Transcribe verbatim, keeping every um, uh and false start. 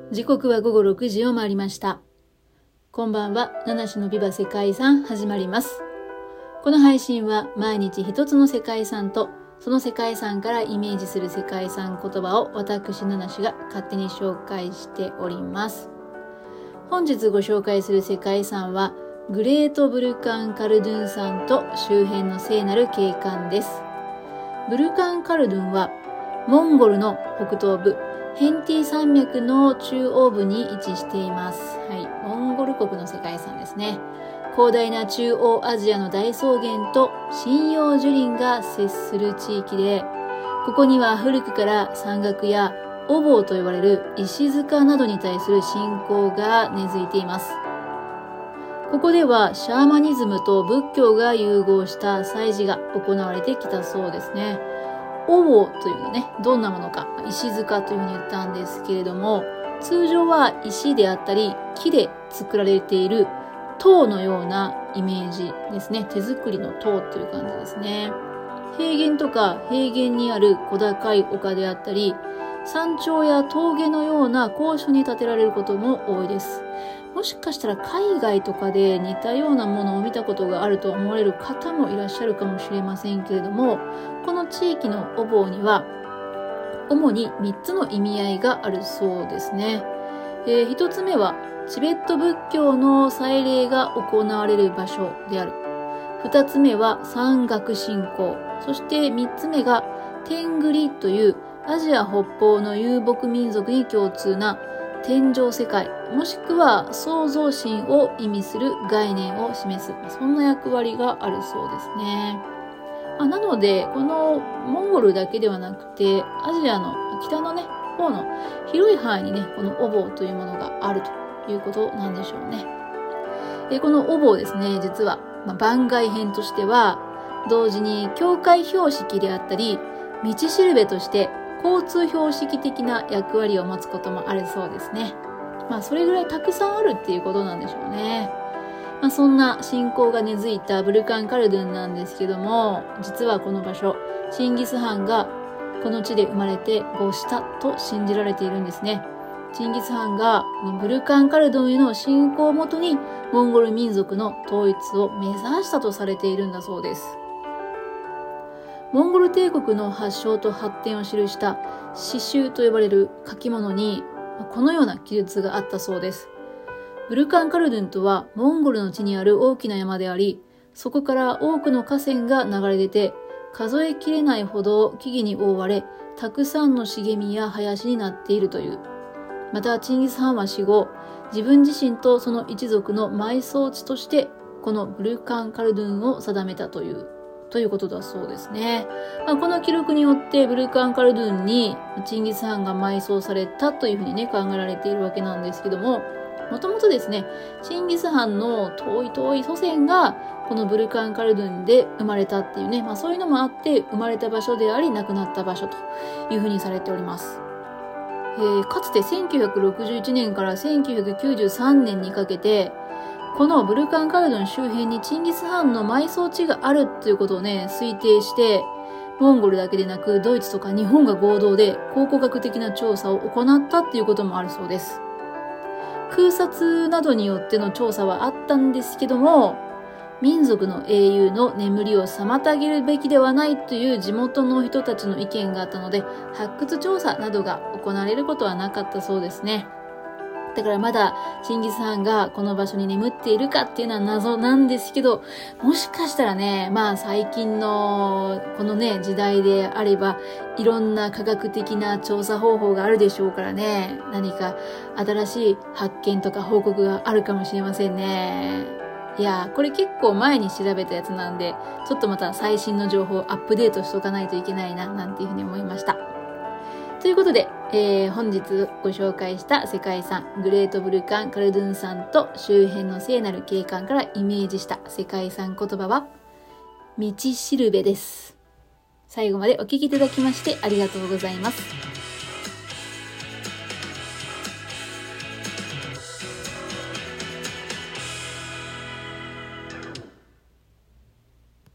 時刻は午後ろくじを回りました。こんばんは。七種のビバ世界遺産始まります。この配信は毎日一つの世界遺産とその世界遺産からイメージする世界遺産言葉を私七種が勝手に紹介しております。本日ご紹介する世界遺産はグレートブルカンカルドゥン山と周辺の聖なる景観です。ブルカンカルドゥンはモンゴルの北東部ヘンティ山脈の中央部に位置しています。はい、モンゴル国の世界遺産ですね。広大な中央アジアの大草原と針葉樹林が接する地域で、ここには古くから山岳やお坊と呼ばれる石塚などに対する信仰が根付いています。ここではシャーマニズムと仏教が融合した祭事が行われてきたそうですね。お坊というのね、どんなものか、石塚というふうに言ったんですけれども、通常は石であったり木で作られている塔のようなイメージですね。手作りの塔という感じですね。平原とか平原にある小高い丘であったり、山頂や峠のような高所に建てられることも多いです。もしかしたら海外とかで似たようなものを見たことがあると思われる方もいらっしゃるかもしれませんけれども、この地域のお坊には主にみっつの意味合いがあるそうですね。えー、ひとつめはチベット仏教の祭礼が行われる場所である。ふたつめは山岳信仰。そしてみっつめがテングリというアジア北方の遊牧民族に共通な天上世界、もしくは創造神を意味する概念を示す、そんな役割があるそうですね。まあ、なので、このモンゴルだけではなくて、アジアの北のね、方の広い範囲にね、このお坊というものがあるということなんでしょうね。で、このお坊ですね、実は、まあ、番外編としては、同時に教会標識であったり、道しるべとして交通標識的な役割を持つこともあるそうですね。まあそれぐらいたくさんあるっていうことなんでしょうね。まあそんな信仰が根付いたブルカンカルドゥンなんですけども、実はこの場所、チンギス・ハンがこの地で生まれて没したと信じられているんですね。チンギス・ハンがブルカンカルドゥンへの信仰をもとにモンゴル民族の統一を目指したとされているんだそうです。モンゴル帝国の発祥と発展を記した詩集と呼ばれる書き物にこのような記述があったそうです。ブルカンカルドゥンとはモンゴルの地にある大きな山であり、そこから多くの河川が流れ出て、数えきれないほど木々に覆われ、たくさんの茂みや林になっているという。またチンギス・ハンは死後、自分自身とその一族の埋葬地としてこのブルカンカルドゥンを定めたという。ということだそうですね。まあ、この記録によってブルカンカルドゥンにチンギス・ハンが埋葬されたというふうにね考えられているわけなんですけども、もともとですね、チンギス・ハンの遠い遠い祖先がこのブルカンカルドゥンで生まれたっていうね、まあそういうのもあって生まれた場所であり亡くなった場所というふうにされております。えー、かつてせんきゅうひゃくろくじゅういちねんからせんきゅうひゃくきゅうじゅうさんねんにかけてこのブルカンカルドゥン周辺にチンギス・ハンの埋葬地があるということをね、推定して、モンゴルだけでなくドイツとか日本が合同で考古学的な調査を行ったっていうこともあるそうです。空撮などによっての調査はあったんですけども、民族の英雄の眠りを妨げるべきではないという地元の人たちの意見があったので、発掘調査などが行われることはなかったそうですね。だからまだチンギス・ハンがこの場所に眠っているかっていうのは謎なんですけど、もしかしたらね、まあ最近のこのね時代であればいろんな科学的な調査方法があるでしょうからね、何か新しい発見とか報告があるかもしれませんね。いやー、これ結構前に調べたやつなんで、ちょっとまた最新の情報をアップデートしておかないといけないななんていうふうに思いました。ということで、えー、本日ご紹介した世界遺産グレートブルカンカルドゥン山と周辺の聖なる景観からイメージした世界遺産言葉は道しるべです。最後までお聞きいただきましてありがとうございます。